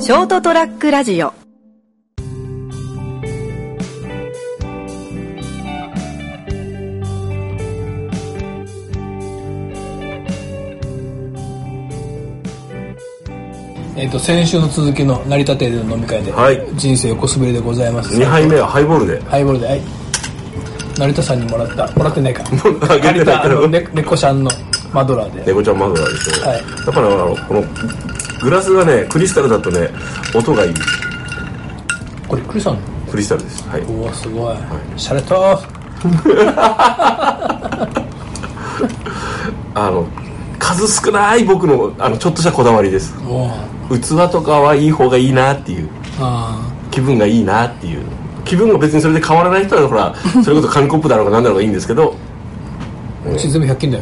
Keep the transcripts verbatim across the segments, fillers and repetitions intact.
ショートトラックラジオ。 えー、と先週の続きの成田亭での飲み会で、はい、人生横滑りでございます。 にはいめはハイボールでハイボールで、はい、成田さんにもらったもらってないかあげてないけどね、猫ちゃんのマドラーで猫ちゃんマドラーですね、 はい、 だからあのこのグラスがねクリスタルだとね音がいい。 これクリスタルクリスタルです、はい、 うわすごい、はい、しゃれたあの数少ない僕のあのちょっとしたこだわりです。器とかはいい方がいいなっていう、あ気分がいいなっていう気分が別にそれで変わらない人はほらそれこそ紙コップだろうが何だろうがいいんですけどうち全部ひゃく均だよ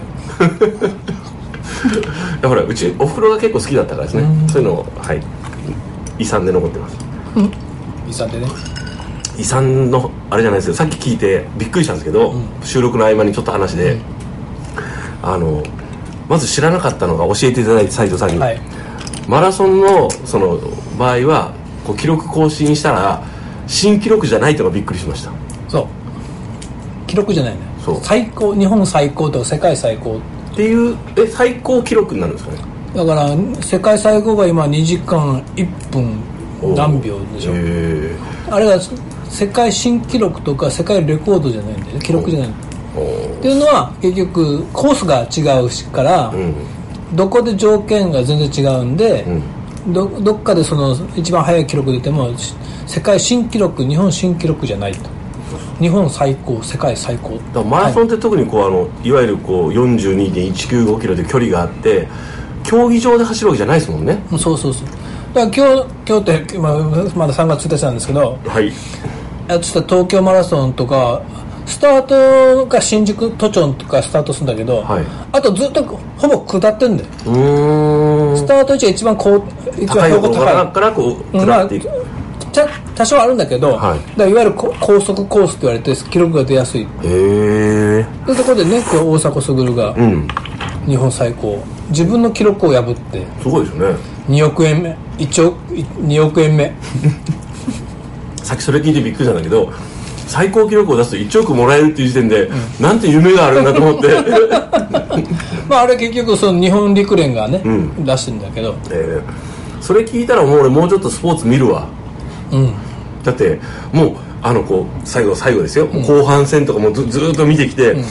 ほらうちお風呂が結構好きだったからですね。そういうのを、はい、遺産で残ってます、 うん、遺産でね遺産のあれじゃないですよ。さっき聞いてびっくりしたんですけど、うん、収録の合間にちょっと話で、うん、あのまず知らなかったのが教えていただいて斉藤さんに、はい、マラソン の, その場合はこう記録更新したら新記録じゃないというのがびっくりしました。 そう記録じゃないね。そう最高日本最高とか世界最高っていうえ最高記録になるんですかね。 だから世界最高が今にじかんいっぷん何秒でしょ。あれが世界新記録とか世界レコードじゃないんだよね。記録じゃないんだよ。っていうのは結局コースが違うから、うん、どこで条件が全然違うんで、うん、ど, どっかでその一番速い記録出ても世界新記録日本新記録じゃないと。日本最高世界最高だからマラソンって特にこう、はい、あのいわゆるこう よんじゅうにてんいちきゅうご キロで距離があって競技場で走るわけじゃないですもんね。 そうそうそう。だから今日今日って、まあ、まださんがつついたちなんですけど、はい、あとした東京マラソンとかスタートが新宿都庁とかスタートするんだけど、はい、あとずっとほぼ下ってんだよ。うーんスタート位置が一番こう一番標高高いからこう下っていく、まあ、 多少あるんだけど、はい、だからいわゆる高速コースって言われて記録が出やすい。へえ。でそこでねこう大迫傑が日本最高、自分の記録を破ってすごいですね。 におくえんめいちおくにおくえんめさっきそれ聞いてびっくりしたんだけど最高記録を出すといちおくもらえるっていう時点で、うん、なんて夢があるんだと思ってまああれ結局その日本陸連がね、うん、出してるんだけど、 えー、それ聞いたらもう俺もうちょっとスポーツ見るわ、うん、だってもうあのこう最後最後ですよ、うん、後半戦とかも ず, ずっと見てきて、うん、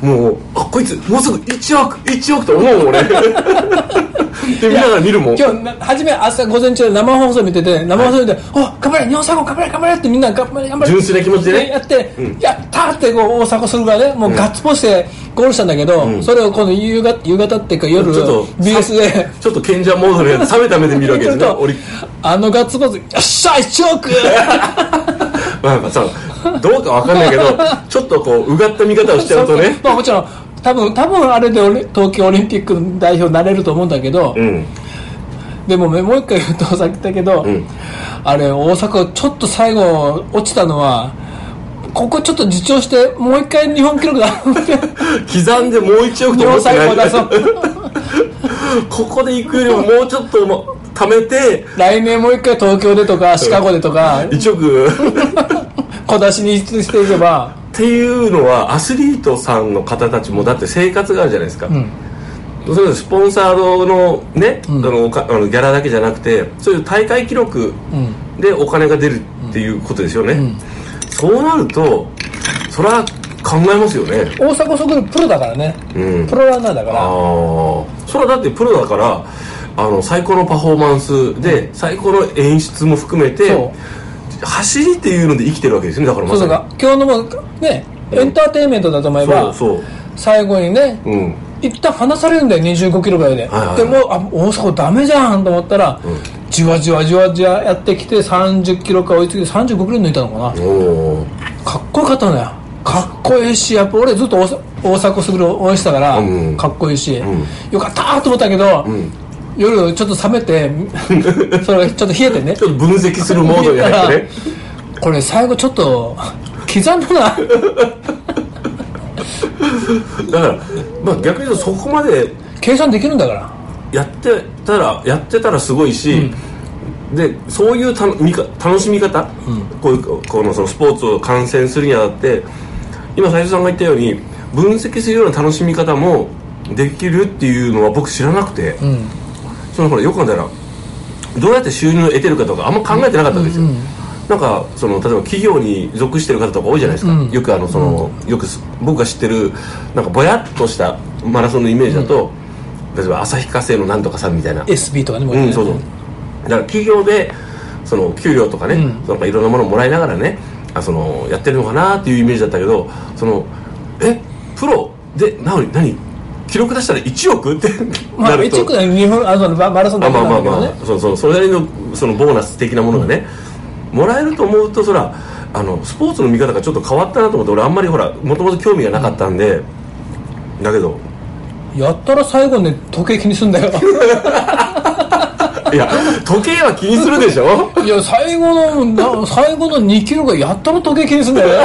もうあこいつもうすぐいちおくいちおくと思うもん俺って見ながら見るもん。 今日初め朝午前中生放送見てて生放送見て、うん、お頑張れ日本最後頑張れ頑張れってみんな頑張れ頑張れ純粋な気持ちで、ね、 やって、うん、やったーってこう大迫するからねもうガッツポーズしてゴールしたんだけど、うん、それを今度夕方夕方っていうか夜 ビーエス でちょっと賢者モードで冷めた目で見るわけですねあのガッツポーズよっしゃいちおくまあさどうか分かんないけどちょっとこううがった見方をしちゃうとねまあもちろん多分多分あれで東京オリンピックの代表になれると思うんだけど、うん、でももう一回言うとさっき言ったけど、うん、あれ大阪ちょっと最後落ちたのはここちょっと自重してもう一回日本記録だ刻んでもう一億と思ってない日本最高だそうここで行くよりももうちょっとも貯めて来年もう一回東京でとかシカゴでとかいちおく小出しにしていけばっていうのはアスリートさんの方たちもだって生活があるじゃないですか、うん、それスポンサードのね、うん、あのあのギャラだけじゃなくてそういう大会記録でお金が出るっていうことですよね、うんうん、そうなるとそれは考えますよね。 大迫傑プロだからね、うん、プロランナーだから。あそれはだってプロだからあの最高のパフォーマンスで、うん、最高の演出も含めて走りっていうので生きてるわけですね。だからまさにそうそう今日のもねエンターテインメントだと思えば、うん、そうそう最後にね、うん、一旦離されるんだよにじゅうごキロぐらいで、はいはい、でもあ大迫ダメじゃんと思ったら、うん、じわじわじわじわやってきてさんじゅっキロか追いつけてさんじゅうごキロ抜いたのかな。おかっこよかったのよ。かっこいいしやっぱ俺ずっと大迫傑を応援したから、うん、かっこいいし、うん、よかったと思ったけど、うん、夜ちょっと冷めてそれがちょっと冷えてねちょっと分析するモードに入ってねこれ最後ちょっと刻んだなだから、まあ、逆に言うとそこまで計算できるんだからやってたらやってたらすごいし、 でそういうたみか楽しみ方、うん、こういうこのそのスポーツを観戦するにあたって今斉藤さんが言ったように分析するような楽しみ方もできるっていうのは僕知らなくて、うん、そのほらよく考えたらどうやって収入を得てるかとかあんま考えてなかったわけですよ、うんうんうん、なんかその例えば企業に属してる方とか多いじゃないですか、うん、よくあのその、うん、よく僕が知ってるなんかぼやっとしたマラソンのイメージだと、うん、例えば旭化成のなんとかさんみたいなエスビー とかねもうんそうそうだから企業でその給料とかね、うん、なんかいろんなものをもらいながらねあそのやってるのかなっていうイメージだったけどそのえプロでなに何記録出したらいちおくってまあいちおくは日本あのマラソンだけなんだけどね、まあまあまあそうそうそれなりのそのボーナス的なものがね、うん、もらえると思うとそらあのスポーツの見方がちょっと変わったなと思って俺あんまりほらもともと興味がなかったんで、うん、だけどやったら最後ね時計気にすんだよいや時計は気にするでしょいや最後の最後のにキロがやったら時計気にすんだよ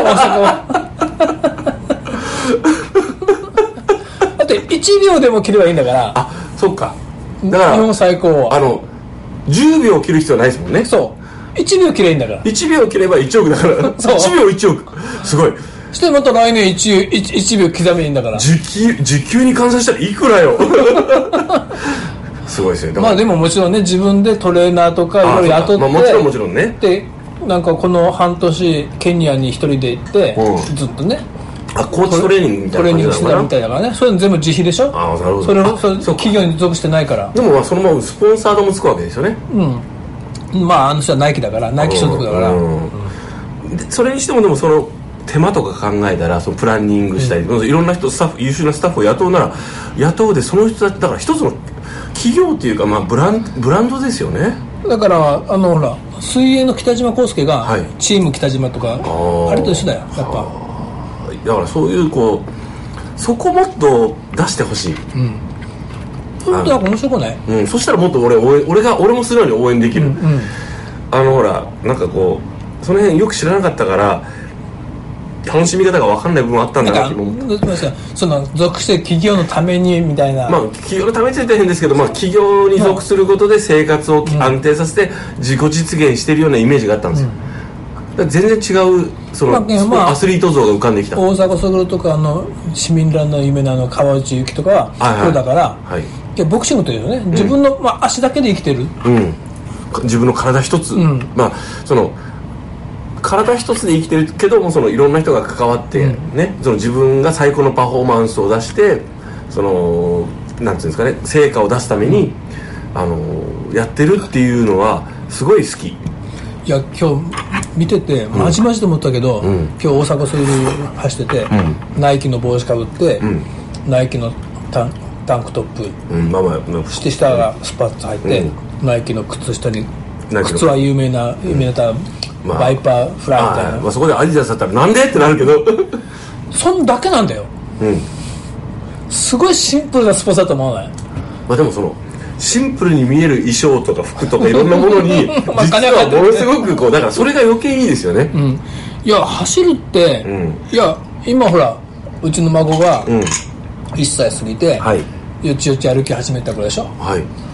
だっていちびょうでも切ればいいんだからあそっかだから日本最高はあのじゅうびょう切る必要ないですもんねそういちびょう切ればいいんだからいちびょう切ればいちおくだからそういちびょういちおくすごいそしてまた来年 1, 1秒刻めいいんだから時給、時給に換算したらいくらよすごいですよまあでももちろんね自分でトレーナーとかいろいろ雇って、 まあ、もちろんもちろんねでなんかこの半年ケニアに一人で行って、うん、ずっとねあコーチトレーニングみたいな感じなのかなトレーニングしてたみたいだからねそういうの全部自費でしょああなるほどそれをそれ企業に属してないからでもまあそのままスポンサードもつくわけですよねうんまああの人はナイキだからナイキ所属だから、うんうん、でそれにしてもでもその手間とか考えたらそのプランニングしたり、うん、いろんな人スタッフ優秀なスタッフを雇うなら雇うでその人たちだから一つの企業っていうか、まあ、ブランブランドですよねだからあのほら水泳の北島康介がチーム北島とか、はい、あれと一緒だよやっぱだからそういうこうそこもっと出してほしいうんそれってなんか面白くない、 うん、そしたらもっと俺応援俺が俺もするように応援できる、うんうん、あのほらなんかこうその辺よく知らなかったから楽しみ方が分かんない部分あったんだなって思ったその属して企業のためにみたいなまあ企業のためについて変ですけど、まあ、企業に属することで生活を安定させて自己実現してるようなイメージがあったんですよ、うん、全然違うその、まあまあ、アスリート像が浮かんできた大迫傑とかあの市民団の有名なあの川内優輝とかはプロだから、はいはい、いやボクシングというよね、うん、自分の、まあ、足だけで生きてる、 うん、自分の体一つ、うん、まあその体一つで生きてるけどもそのいろんな人が関わってね、うん、その自分が最高のパフォーマンスを出してそのなんていうんですかね成果を出すために、うん、あのやってるっていうのはすごい好きいや今日見ててまじまじと思ったけど、うん、今日大阪それで走ってて、うん、ナイキの帽子かぶって、うん、ナイキのタン、タンクトップ、うんまあまあ、して下がスパッツ履いて、うん、ナイキの靴下に靴は有名な有名な、まあ、バイパーフライみたいな、 まあ、そこでアディダスだったらなんでってなるけどそんだけなんだよ、うん、すごいシンプルなスポーツだと思わない、 まあ、でもそのシンプルに見える衣装とか服とかいろんなものに実はものすごくこうだからそれが余計いいですよね、うん、 いや走るって、うん、いや今ほらうちの孫がいっさい過ぎて、うんはい、よちよち歩き始めたぐらいでしょ、はい、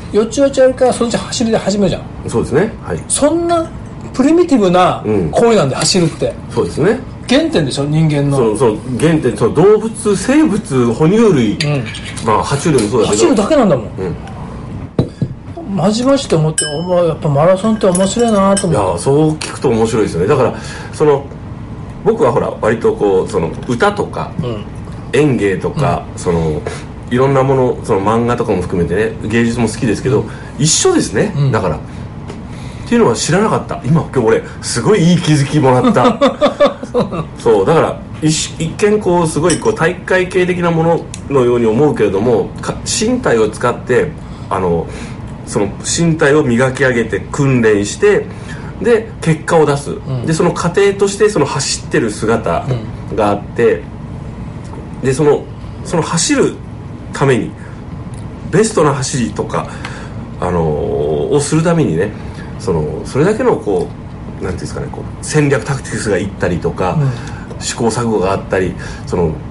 よちよち歩きからそのうち走りで始めるじゃんそうですね、はい、そんなプリミティブな行為なんで、うん、走るってそうですね原点でしょ人間のそうそう原点その動物生物哺乳類、うんまあ、爬虫類もそうだけど走るだけなんだもん、うんまじまじと思ってお前やっぱマラソンって面白いなと思っていやそう聞くと面白いですよねだからその僕はほら割とこうその歌とか、うん、演芸とか、うん、そのいろんなものその漫画とかも含めてね芸術も好きですけど、うん、一緒ですね、うん、だからっていうのは知らなかった今今日俺すごいいい気づきもらったそうだから一, 一見こうすごいこう体育会系的なもののように思うけれども身体を使ってあのその身体を磨き上げて訓練してで結果を出す、うん、でその過程としてその走ってる姿があって、うん、でそのその走るためにベストな走りとか、あのー、をするためにねそのそれだけのこうなんていうんですかねこう戦略タクティクスがいったりとか、うん、試行錯誤があったりその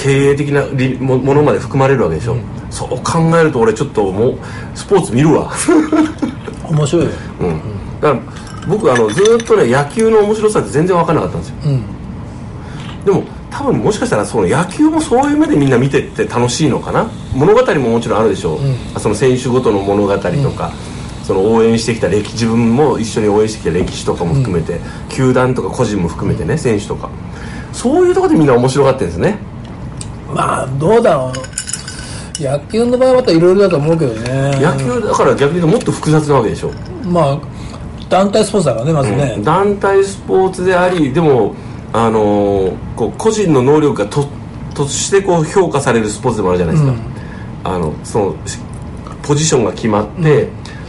経営的なものまで含まれるわけでしょ、うん、そう考えると俺ちょっともうスポーツ見るわ面白いよ、 うん、だから僕あのずっとね野球の面白さって全然分からなかったんですよ、うん、でも多分もしかしたらその野球もそういう目でみんな見てって楽しいのかな。物語ももちろんあるでしょう、うん、その選手ごとの物語とか、うん、その応援してきた歴自分も一緒に応援してきた歴史とかも含めて、うん、球団とか個人も含めてね、選手とかそういうところでみんな面白がってるんですね。 まあどうだろう、野球の場合はまたいろいろだと思うけどね。 野球だから逆に言うともっと複雑なわけでしょ。 まあ団体スポーツだからね、まずね、 うん、団体スポーツであり、でもあのー、こう個人の能力がととしてこう評価されるスポーツでもあるじゃないですか、うん、あのそのポジションが決まって、うん、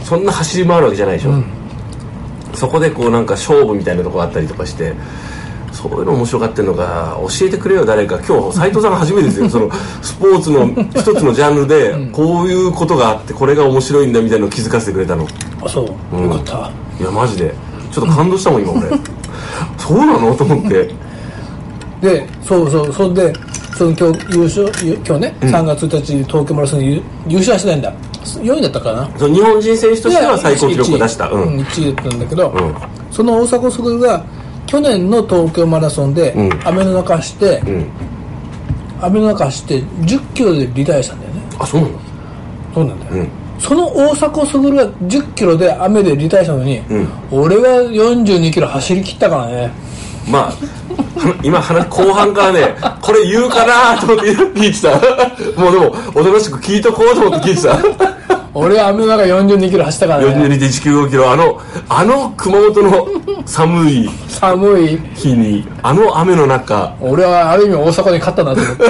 そんな走り回るわけじゃないでしょ、うん、そこでこうなんか勝負みたいなとこがあったりとかして、そういうの面白がってるのか教えてくれよ誰か。今日斉藤さんが初めてですよそのスポーツの一つのジャンルでこういうことがあってこれが面白いんだみたいなのを気づかせてくれたの。 あ、そう、うん、よかった。 いやマジでちょっと感動したもん今俺そうなのと思ってで、そうそうそれでその今日優勝今日ね、うん、さんがつついたち東京マラソンに優勝はしてないんだ。よんいだったかな。 その日本人選手としては最高記録を出した、 うん、いちいだったんだけど、うん、その大迫傑が去年の東京マラソンで、うん、雨の中走って、うん、雨の中走ってじゅっキロでリタイアしたんだよね。 あ、そうなの。 そうなんだよ、うん、その大迫傑がじゅっキロで雨でリタイアしたのに、うん、俺はよんじゅうにキロ走り切ったからね。 まあ今話後半からねこれ言うかなと思って聞いてたもうでもおとなしく聞いとこうと思って聞いてた俺は雨の中よんじゅうにキロ走ったからね。 よんじゅうにてんいちきゅうごキロ、あのあの熊本の寒い寒い日にあの雨の中、 俺はある意味大阪に勝ったなと思って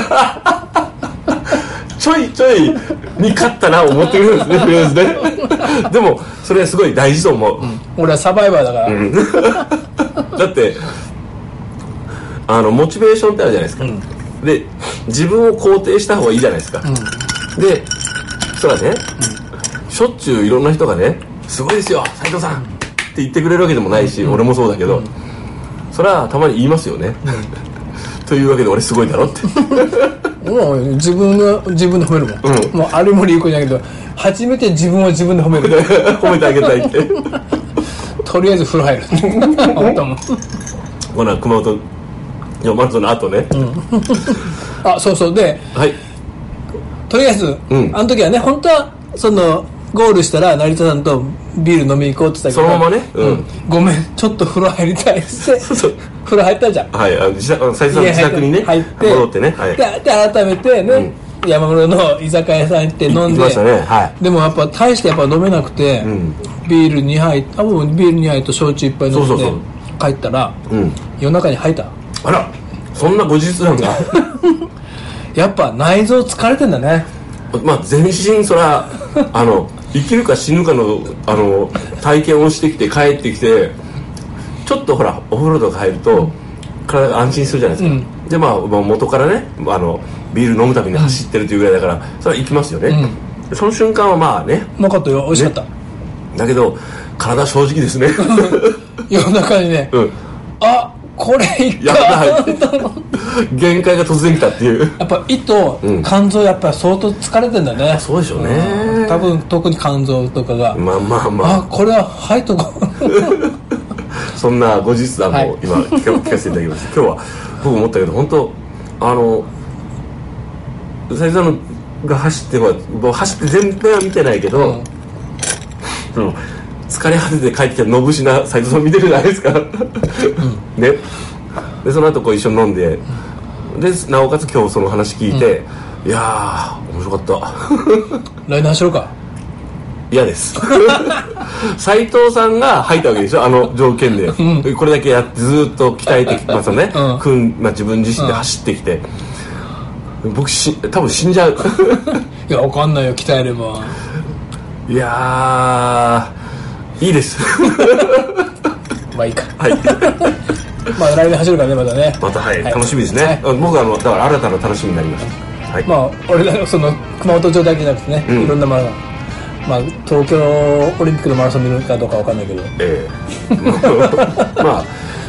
ちょいちょいに勝ったな思ってるんですね、とりあえずねでもそれはすごい大事と思う、うん、 俺はサバイバーだから、うん、 だってあのモチベーションってあるじゃないですか、うん、で自分を肯定した方がいいじゃないですか、うん、でそれはね、うん、しょっちゅういろんな人がねすごいですよ斉藤さんって言ってくれるわけでもないし、うん、俺もそうだけど、うん、それはたまに言いますよね、うん、というわけで俺すごいだろってもう自分が自分で褒めるもん、うん、もうあれも理由じゃないけど初めて自分を自分で褒める褒めてあげたいってとりあえず風呂入る本当もこの熊本マラソンの後ね、うん、 あ、そうそうで、はい、とりあえず、うん、あの時はね本当はそのゴールしたら成田さんとビール飲みに行こうって言ったけどそのままね、うんうん、 ごめんちょっと風呂入りたいってそうそう風呂入ったじゃん。 はい、あの斉藤さんの自宅にね入って戻ってね、はい、 で, で改めてね、うん、山室の居酒屋さん行って飲んで、 ね、はい、 でもやっぱ大してやっぱ飲めなくて、うん、ビールにはい多分ビールにはいと焼酎いっぱい飲んでそうそうそう帰ったら、うん、夜中に吐いた。 あらそんな後日談がやっぱ内臓疲れてんだね。 まあ全身そらあの生きるか死ぬかのあの体験をしてきて帰ってきてちょっとほらお風呂とか入ると体が安心するじゃないですか、うん、でまあ元からねあのビール飲むために走ってるというぐらいだから、うん、それは行きますよね、うん、その瞬間はまあねうまかったよ、美味しかった、 ね、だけど体正直ですね夜中にね、うん、あこれいっか限界が突然来たっていうやっぱ胃と肝臓やっぱり相当疲れてんだね、 うん、そうでしょうね、 うん、多分特に肝臓とかがまあまあまああこれは吐いとこうそんな後日談も今聞かせていただきました、はい、今日は僕思ったけど本当あの斉藤さんが走っては走って全編は見てないけど、うんうん、疲れ果てて帰ってきたのぶしな斉藤さん見てるじゃないですか、うん、ねでその後こう一緒に飲んででなおかつ今日その話聞いて、うん、いやー面白かった来年走ろうか。 嫌です斉藤さんが入ったわけでしょあの条件で、うん、これだけやってずっと鍛えてきますよね、うんくんまあ、自分自身で走ってきて、うん、僕し多分死んじゃういや分かんないよ鍛えれば。 いやーいいですまあいいかはいまあ来年走るからねまたねまたはい、はい、楽しみですね、はい、僕はあのだから新たな楽しみになりました、はい、 まあ俺らその熊本城だけじゃなくてね、うん、いろんなマラソンまあ東京オリンピックのマラソン見るかどうかわかんないけどええまあ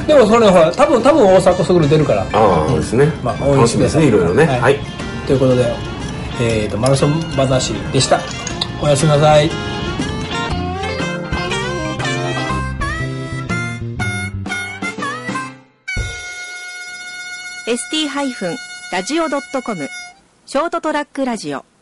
でもそれほら多分多分大迫傑出るから、 ああそうですね、 まあ応援してください。 いろいろね、はい、はい、 ということで、えーとマラソン話でした。おやすみなさい。 エスティー ラジオ ドットコム ショートトラックラジオ